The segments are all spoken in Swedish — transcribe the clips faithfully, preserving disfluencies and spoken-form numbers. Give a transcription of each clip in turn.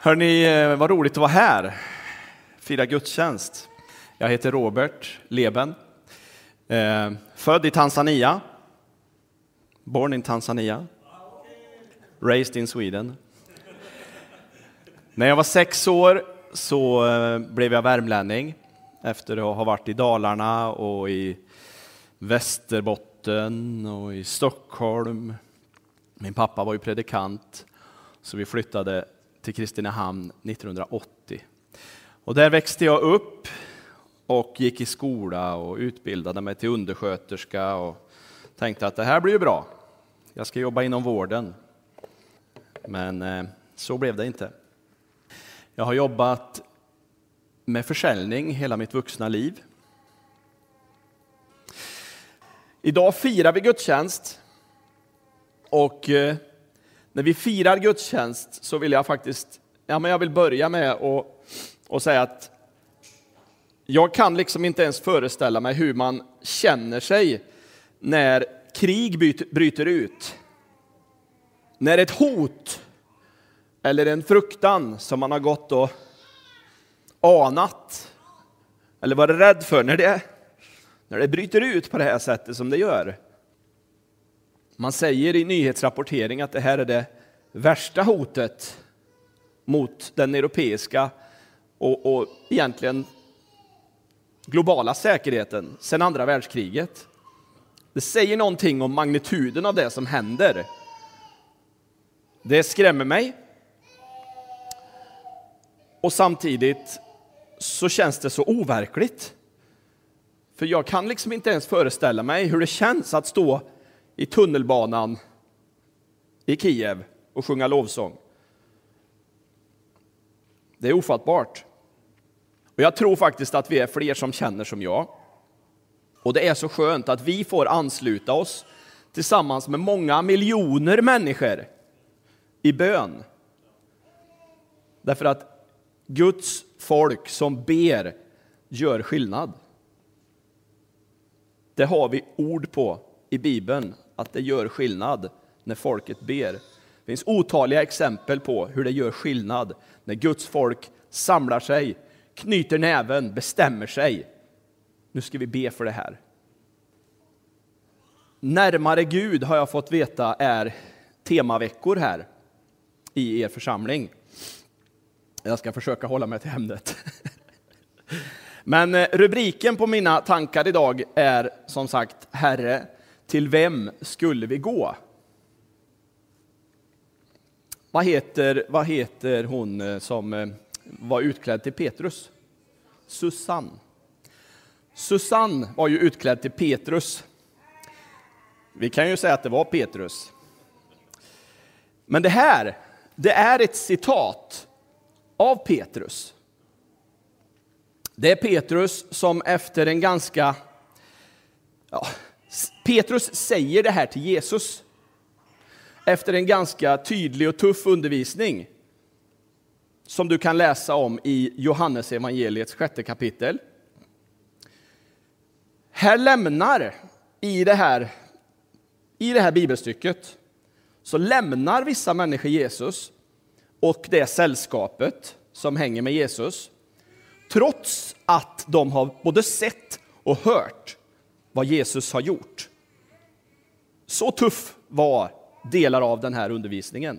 Hörrni, vad roligt att vara här. Fira gudstjänst. Jag heter Robert Leben. Eh, född i Tanzania. Born in Tanzania. Raised in Sweden. När jag var sex år så eh, blev jag värmlänning. Efter att ha varit i Dalarna och i Västerbotten och i Stockholm. Min pappa var ju predikant. Så vi flyttade till Kristinehamn nittonhundraåttio. Och där växte jag upp och gick i skola och utbildade mig till undersköterska och tänkte att det här blir ju bra. Jag ska jobba inom vården. Men eh, så blev det inte. Jag har jobbat med försäljning hela mitt vuxna liv. Idag firar vi gudstjänst och eh, när vi firar gudstjänst så vill jag faktiskt, ja men jag vill börja med att och säga att jag kan liksom inte ens föreställa mig hur man känner sig när krig bryter ut. När ett hot eller en fruktan som man har gått och anat eller varit rädd för, när det, när det bryter ut på det här sättet som det gör. Man säger i nyhetsrapportering att det här är det värsta hotet mot den europeiska och, och egentligen globala säkerheten sedan andra världskriget. Det säger någonting om magnituden av det som händer. Det skrämmer mig. Och samtidigt så känns det så overkligt. För jag kan liksom inte ens föreställa mig hur det känns att stå i tunnelbanan i Kiev och sjunga lovsång. Det är ofattbart. Och jag tror faktiskt att vi är fler som känner som jag. Och det är så skönt att vi får ansluta oss tillsammans med många miljoner människor i bön. Därför att Guds folk som ber gör skillnad. Det har vi ord på i Bibeln, att det gör skillnad när folket ber. Det finns otaliga exempel på hur det gör skillnad när Guds folk samlar sig, knyter näven, bestämmer sig. Nu ska vi be för det här. Närmare Gud har jag fått veta är temaveckor här i er församling. Jag ska försöka hålla mig till ämnet. Men rubriken på mina tankar idag är som sagt: Herre, till vem skulle vi gå? Vad heter, vad heter hon som var utklädd till Petrus? Susanne. Susanne var ju utklädd till Petrus. Vi kan ju säga att det var Petrus. Men det här, det är ett citat av Petrus. Det är Petrus som efter en ganska... Ja, Petrus säger det här till Jesus. Efter en ganska tydlig och tuff undervisning. Som du kan läsa om i Johannes evangeliets sjätte kapitel. Här lämnar i det här, i det här bibelstycket. Så lämnar vissa människor Jesus och det sällskapet som hänger med Jesus. Trots att de har både sett och hört vad Jesus har gjort. Så tuff var delar av den här undervisningen.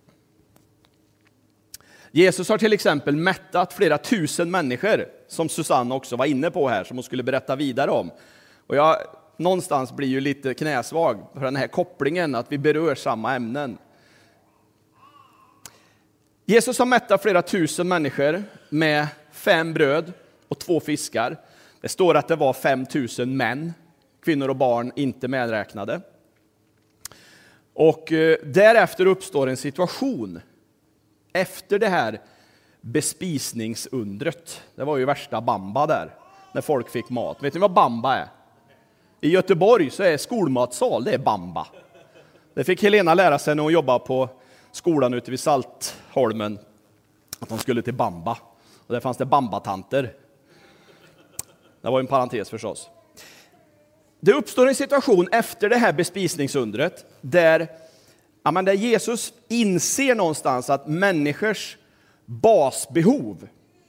Jesus har till exempel mättat flera tusen människor, som Susanne också var inne på här, som hon skulle berätta vidare om. Och jag någonstans blir ju lite knäsvag för den här kopplingen, att vi berör samma ämnen. Jesus har mättat flera tusen människor med fem bröd och två fiskar. Det står att det var fem tusen män, kvinnor och barn inte medräknade. Och därefter uppstår en situation efter det här bespisningsundret. Det var ju värsta bamba där, när folk fick mat. Vet ni vad bamba är? I Göteborg så är skolmatsal, det är bamba. Det fick Helena lära sig när hon jobbade på skolan ute vid Saltholmen, att de skulle till bamba. Och där fanns det bambatanter. Det var en parentes förstås. Det uppstår en situation efter det här bespisningsundret där, ja, men där Jesus inser någonstans att människors basbehov.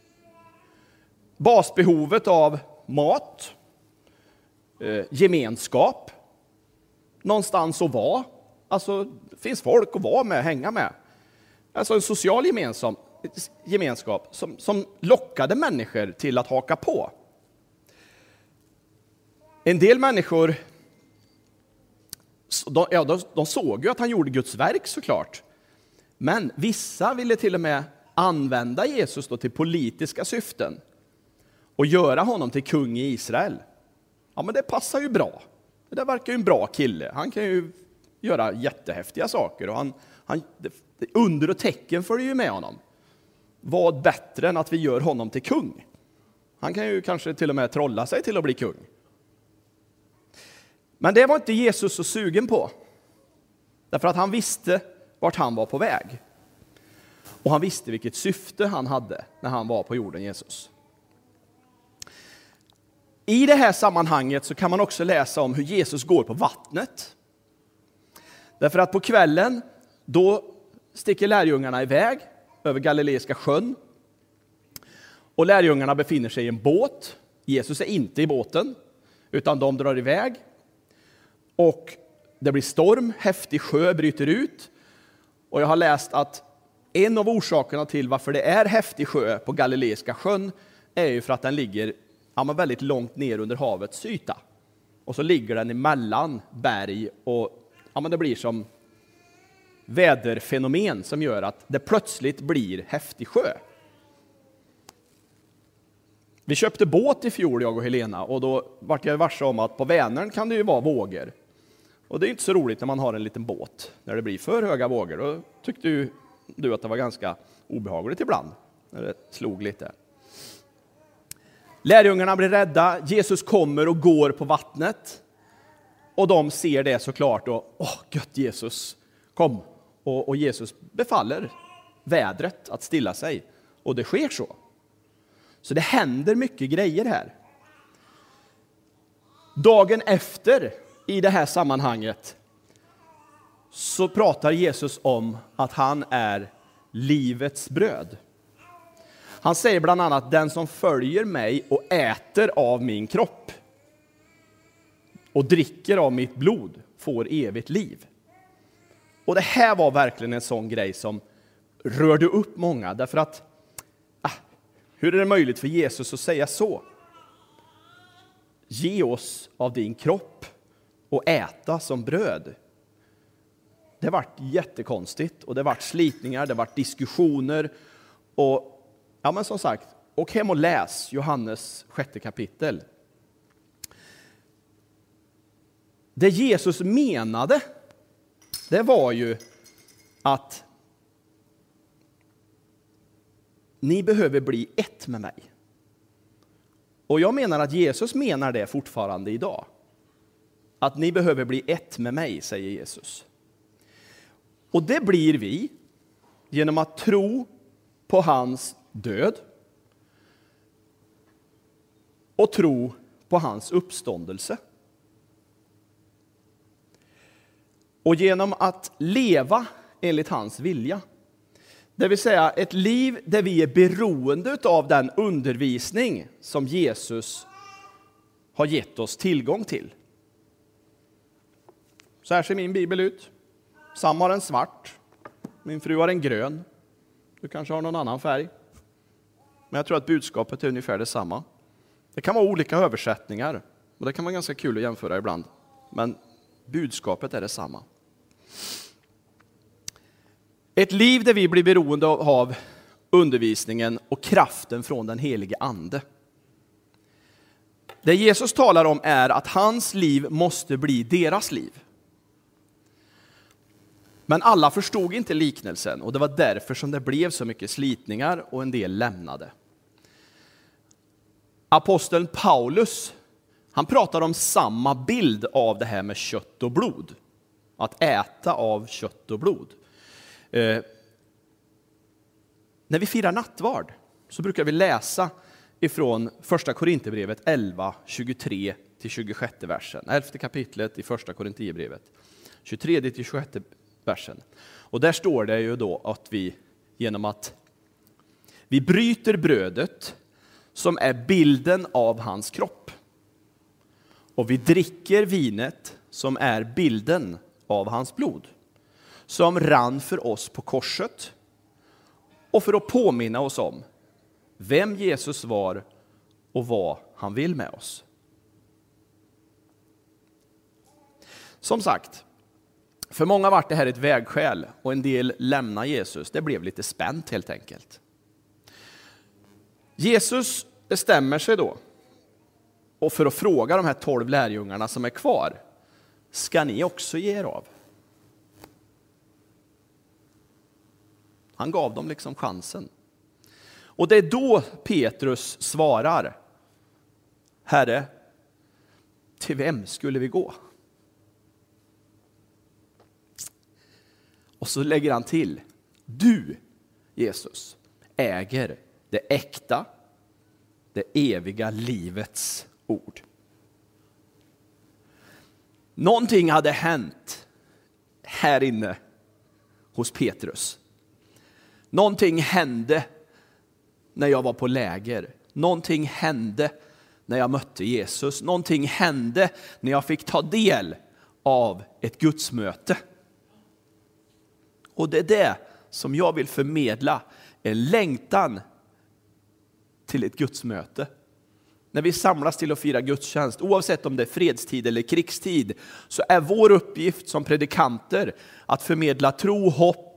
Basbehovet av mat, eh, gemenskap, någonstans att vara. Alltså, det finns folk att vara med, hänga med. Alltså en social gemenskap, gemenskap som, som lockade människor till att haka på. En del människor, de, ja, de, de såg ju att han gjorde Guds verk såklart. Men vissa ville till och med använda Jesus då till politiska syften och göra honom till kung i Israel. Ja, men det passar ju bra. Det där verkar ju en bra kille. Han kan ju göra jättehäftiga saker och han, han, det, under och tecken följer ju med honom. Vad bättre än att vi gör honom till kung? Han kan ju kanske till och med trolla sig till att bli kung. Men det var inte Jesus så sugen på. Därför att han visste vart han var på väg. Och han visste vilket syfte han hade när han var på jorden, Jesus. I det här sammanhanget så kan man också läsa om hur Jesus går på vattnet. Därför att på kvällen, då sticker lärjungarna iväg över Galileiska sjön. Och lärjungarna befinner sig i en båt. Jesus är inte i båten, utan de drar iväg. Och det blir storm, häftig sjö bryter ut. Och jag har läst att en av orsakerna till varför det är häftig sjö på Galileiska sjön är ju för att den ligger ja, men väldigt långt ner under havets yta. Och så ligger den emellan berg och ja, men det blir som väderfenomen som gör att det plötsligt blir häftig sjö. Vi köpte båt i fjol, jag och Helena, och då vart jag varse om att på Vänern kan det ju vara vågor. Och det är inte så roligt när man har en liten båt. När det blir för höga vågor, då tyckte ju du att det var ganska obehagligt ibland. När det slog lite. Lärjungarna blir rädda. Jesus kommer och går på vattnet. Och de ser det såklart. Och, åh, gött Jesus, kom. Och, och Jesus befaller vädret att stilla sig. Och det sker så. Så det händer mycket grejer här. Dagen efter i det här sammanhanget så pratar Jesus om att han är livets bröd. Han säger bland annat: den som följer mig och äter av min kropp och dricker av mitt blod får evigt liv. Och det här var verkligen en sån grej som rörde upp många, därför att ah, hur är det möjligt för Jesus att säga så? Ge oss av din kropp och äta som bröd. Det vart jättekonstigt och det vart slitningar, det vart diskussioner. Och ja, men som sagt, och hem och läs Johannes sjätte kapitel. Det Jesus menade, det var ju att ni behöver bli ett med mig. Och jag menar att Jesus menar det fortfarande idag. Att ni behöver bli ett med mig, säger Jesus. Och det blir vi genom att tro på hans död och tro på hans uppståndelse. Och genom att leva enligt hans vilja. Det vill säga ett liv där vi är beroende av den undervisning som Jesus har gett oss tillgång till. Så här ser min bibel ut. Sam har en svart. Min fru har en grön. Du kanske har någon annan färg. Men jag tror att budskapet är ungefär detsamma. Det kan vara olika översättningar. Och det kan vara ganska kul att jämföra ibland. Men budskapet är detsamma. Ett liv där vi blir beroende av undervisningen och kraften från den helige ande. Det Jesus talar om är att hans liv måste bli deras liv. Men alla förstod inte liknelsen och det var därför som det blev så mycket slitningar och en del lämnade. Aposteln Paulus, han pratar om samma bild av det här med kött och blod. Att äta av kött och blod. Eh, när vi firar nattvard så brukar vi läsa ifrån första Korinthierbrevet elva, tjugotre till tjugosju versen. Elfte kapitlet i första Korinthierbrevet. tjugotredje till tjugosjuttonde versen. Och där står det ju då att vi genom att Vi bryter brödet som är bilden av hans kropp. Och vi dricker vinet som är bilden av hans blod. Som rann för oss på korset. Och för att påminna oss om vem Jesus var och vad han vill med oss. Som sagt, för många var det här ett vägskäl och en del lämnar Jesus. Det blev lite spänt helt enkelt. Jesus bestämmer sig då och för att fråga de här tolv lärjungarna som är kvar. Ska ni också ge er av? Han gav dem liksom chansen. Och det är då Petrus svarar. Herre, till vem skulle vi gå? Och så lägger han till. Du, Jesus, äger det äkta, det eviga livets ord. Någonting hade hänt här inne hos Petrus. Någonting hände när jag var på läger. Någonting hände när jag mötte Jesus. Någonting hände när jag fick ta del av ett gudsmöte. Och det är det som jag vill förmedla. En längtan till ett gudsmöte. När vi samlas till att fira gudstjänst, oavsett om det är fredstid eller krigstid, så är vår uppgift som predikanter att förmedla tro, hopp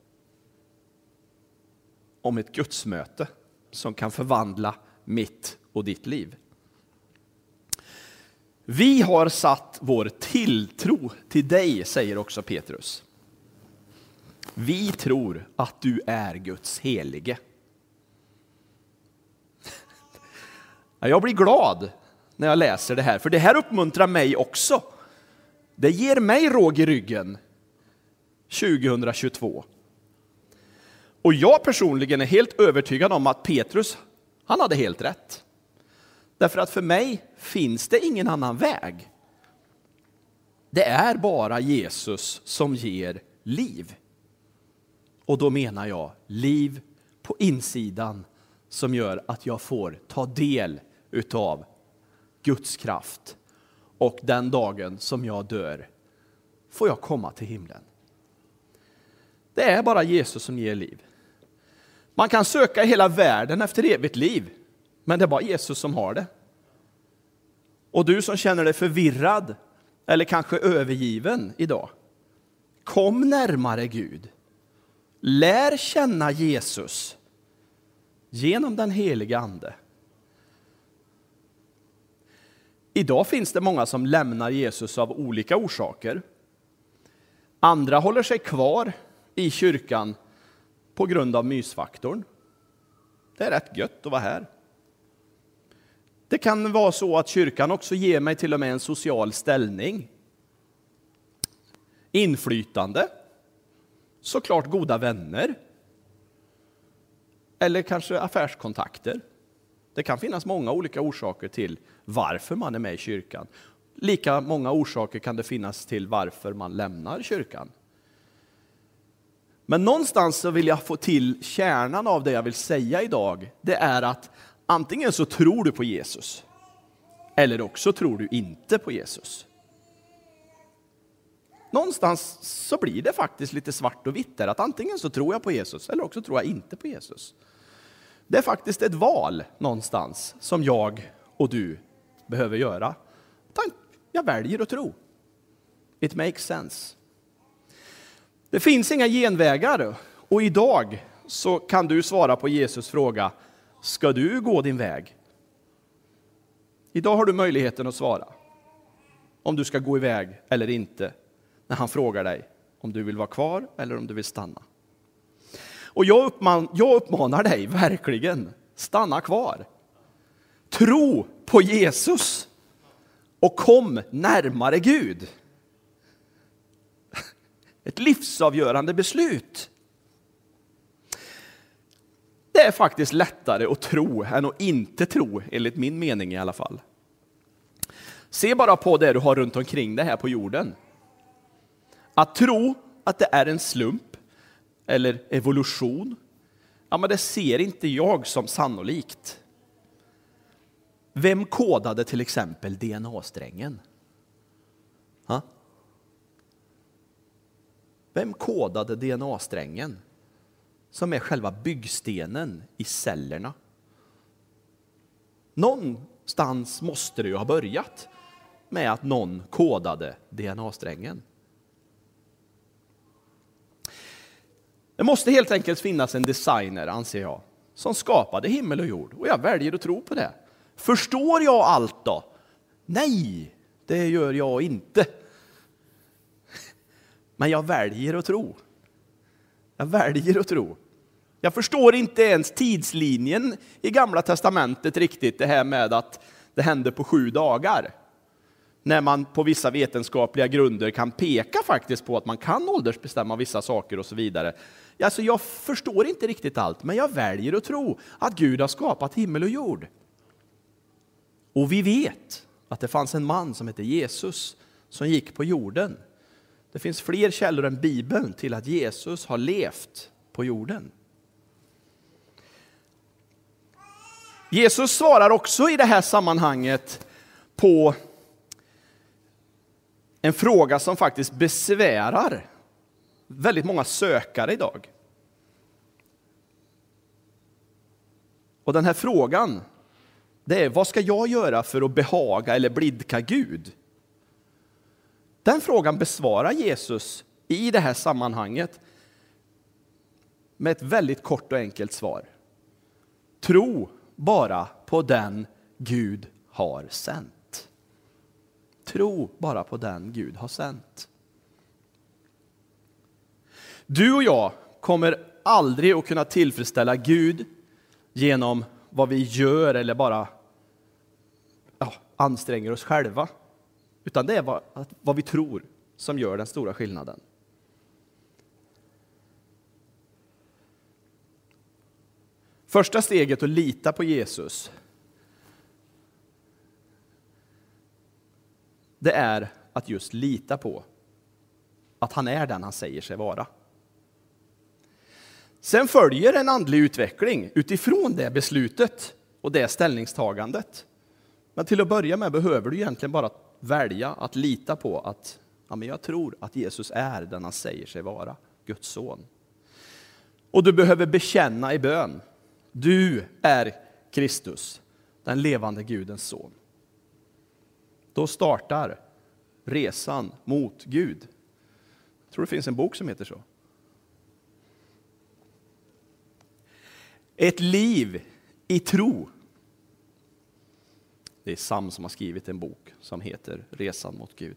om ett gudsmöte som kan förvandla mitt och ditt liv. Vi har satt vår tilltro till dig, säger också Petrus. Vi tror att du är Guds helige. Jag blir glad när jag läser det här, för det här uppmuntrar mig också. Det ger mig råg i ryggen tjugohundratjugotvå. Och jag personligen är helt övertygad om att Petrus, han hade helt rätt. Därför att för mig finns det ingen annan väg. Det är bara Jesus som ger liv. Och då menar jag liv på insidan som gör att jag får ta del utav Guds kraft. Och den dagen som jag dör får jag komma till himlen. Det är bara Jesus som ger liv. Man kan söka i hela världen efter evigt liv, men det är bara Jesus som har det. Och du som känner dig förvirrad eller kanske övergiven idag, kom närmare Gud. Lär känna Jesus genom den heliga ande. Idag finns det många som lämnar Jesus av olika orsaker. Andra håller sig kvar i kyrkan på grund av mysfaktorn. Det är rätt gött att vara här. Det kan vara så att kyrkan också ger mig till och med en social ställning. Inflytande. Såklart goda vänner. Eller kanske affärskontakter. Det kan finnas många olika orsaker till varför man är med i kyrkan. Lika många orsaker kan det finnas till varför man lämnar kyrkan. Men någonstans så vill jag få till kärnan av det jag vill säga idag. Det är att antingen så tror du på Jesus. Eller också tror du inte på Jesus. Någonstans så blir det faktiskt lite svart och vitt där. Att antingen så tror jag på Jesus eller också tror jag inte på Jesus. Det är faktiskt ett val någonstans som jag och du behöver göra. Jag väljer att tro. It makes sense. Det finns inga genvägar. Och idag så kan du svara på Jesus fråga. Ska du gå din väg? Idag har du möjligheten att svara. Om du ska gå iväg eller inte. När han frågar dig om du vill vara kvar eller om du vill stanna. Och jag, uppman, jag uppmanar dig verkligen. Stanna kvar. Tro på Jesus. Och kom närmare Gud. Ett livsavgörande beslut. Det är faktiskt lättare att tro än att inte tro, enligt min mening i alla fall. Se bara på det du har runt omkring dig här på jorden. Att tro att det är en slump eller evolution, Ja, men det ser inte jag som sannolikt. Vem kodade till exempel D N A-strängen? Ha? Vem kodade D N A-strängen? Som är själva byggstenen i cellerna. Någonstans måste det ju ha börjat med att någon kodade D N A-strängen. Det måste helt enkelt finnas en designer, anser jag, som skapade himmel och jord. Och jag väljer att tro på det. Förstår jag allt då? Nej, det gör jag inte. Men jag väljer att tro. Jag väljer att tro. Jag förstår inte ens tidslinjen i Gamla testamentet riktigt, det här med att det hände på sju dagar. När man på vissa vetenskapliga grunder kan peka faktiskt på att man kan åldersbestämma vissa saker och så vidare. Alltså jag förstår inte riktigt allt, men jag väljer att tro att Gud har skapat himmel och jord. Och vi vet att det fanns en man som hette Jesus som gick på jorden. Det finns fler källor än Bibeln till att Jesus har levt på jorden. Jesus svarar också i det här sammanhanget på en fråga som faktiskt besvärar väldigt många sökare idag. Och den här frågan, det är: vad ska jag göra för att behaga eller blidka Gud? Den frågan besvarar Jesus i det här sammanhanget med ett väldigt kort och enkelt svar. Tro bara på den Gud har sänt. Tro bara på den Gud har sänt. Du och jag kommer aldrig att kunna tillfredsställa Gud genom vad vi gör eller bara ja, anstränger oss själva. Utan det är vad, vad vi tror som gör den stora skillnaden. Första steget att lita på Jesus, det är att just lita på att han är den han säger sig vara. Sen följer en andlig utveckling utifrån det beslutet och det ställningstagandet. Men till att börja med behöver du egentligen bara välja att lita på att ja, men jag tror att Jesus är den han säger sig vara, Guds son. Och du behöver bekänna i bön: du är Kristus, den levande Gudens son. Då startar resan mot Gud. Jag tror det finns en bok som heter så. Ett liv i tro. Det är Sam som har skrivit en bok som heter Resan mot Gud.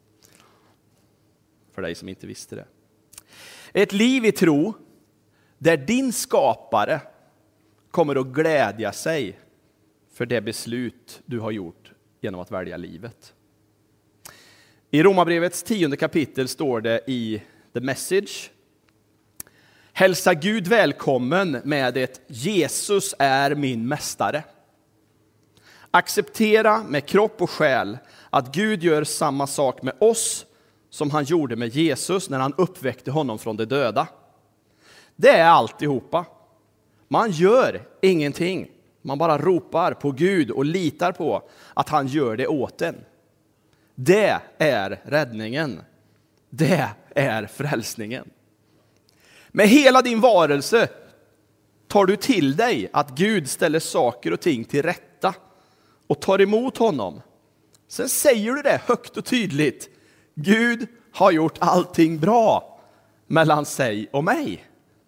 För dig som inte visste det. Ett liv i tro där din skapare kommer att glädja sig för det beslut du har gjort genom att välja livet. I Romarbrevets tionde kapitel står det i The Message: hälsa Gud välkommen med ett Jesus är min mästare. Acceptera med kropp och själ att Gud gör samma sak med oss som han gjorde med Jesus när han uppväckte honom från de döda. Det är alltihopa. Man gör ingenting. Man bara ropar på Gud och litar på att han gör det åt en. Det är räddningen. Det är frälsningen. Med hela din varelse tar du till dig att Gud ställer saker och ting till rätta och tar emot honom. Sen säger du det högt och tydligt: Gud har gjort allting bra mellan sig och mig.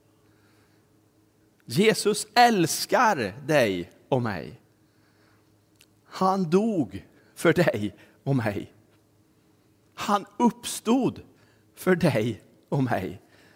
Jesus älskar dig och mig. Han dog för dig och mig. Han uppstod för dig och mig.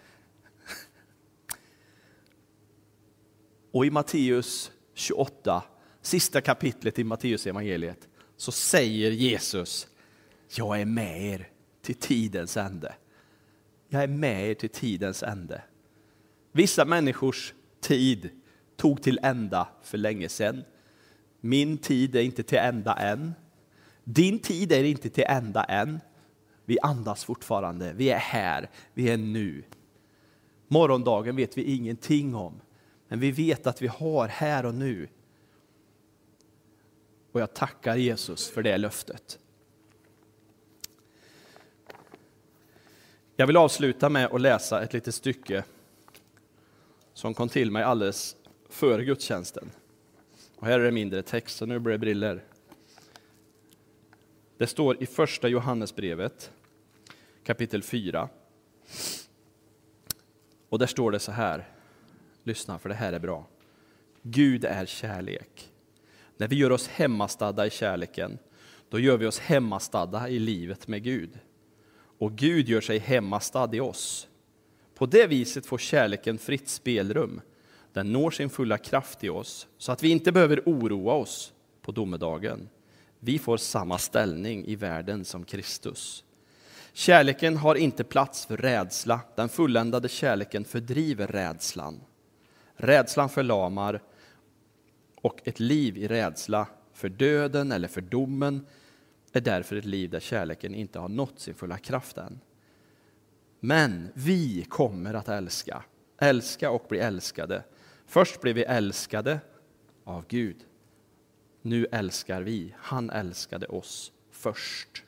Och i Matteus tjugoåtta, sista kapitlet i Matteus evangeliet, så säger Jesus: jag är med er till tidens ände. Jag är med er till tidens ände. Vissa människors tid tog till ända för länge sedan. Min tid är inte till ända än. Din tid är inte till ända än. Vi andas fortfarande. Vi är här. Vi är nu. Morgondagen vet vi ingenting om. Men vi vet att vi har här och nu. Och jag tackar Jesus för det löftet. Jag vill avsluta med att läsa ett litet stycke som kom till mig alldeles före gudstjänsten. Och här är det mindre text, så nu blir det briller. Det står i första Johannesbrevet, kapitel fyra. Och där står det så här. Lyssna, för det här är bra. Gud är kärlek. När vi gör oss hemmastadda i kärleken, då gör vi oss hemmastadda i livet med Gud. Och Gud gör sig hemmastad i oss. På det viset får kärleken fritt spelrum. Den når sin fulla kraft i oss, så att vi inte behöver oroa oss på domedagen. Vi får samma ställning i världen som Kristus. Kärleken har inte plats för rädsla. Den fulländade kärleken fördriver rädslan. Rädslan förlamar, och ett liv i rädsla för döden eller för domen är därför ett liv där kärleken inte har nått sin fulla kraft än. Men vi kommer att älska. Älska och bli älskade. Först blev vi älskade av Gud. Nu älskar vi. Han älskade oss först.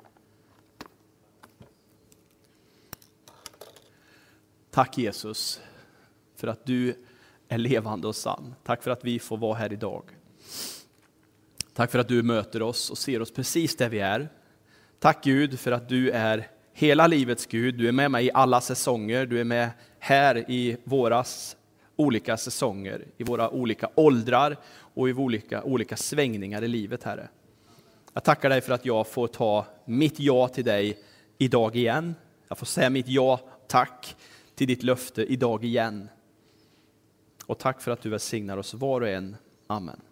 Tack Jesus för att du är levande och sann. Tack för att vi får vara här idag. Tack för att du möter oss och ser oss precis där vi är. Tack Gud för att du är hela livets Gud. Du är med mig i alla säsonger. Du är med här i våra olika säsonger, i våra olika åldrar och i olika, olika svängningar i livet, Herre. Jag tackar dig för att jag får ta mitt ja till dig idag igen. Jag får säga mitt ja, tack till ditt löfte idag igen. Och tack för att du välsignar oss var och en. Amen.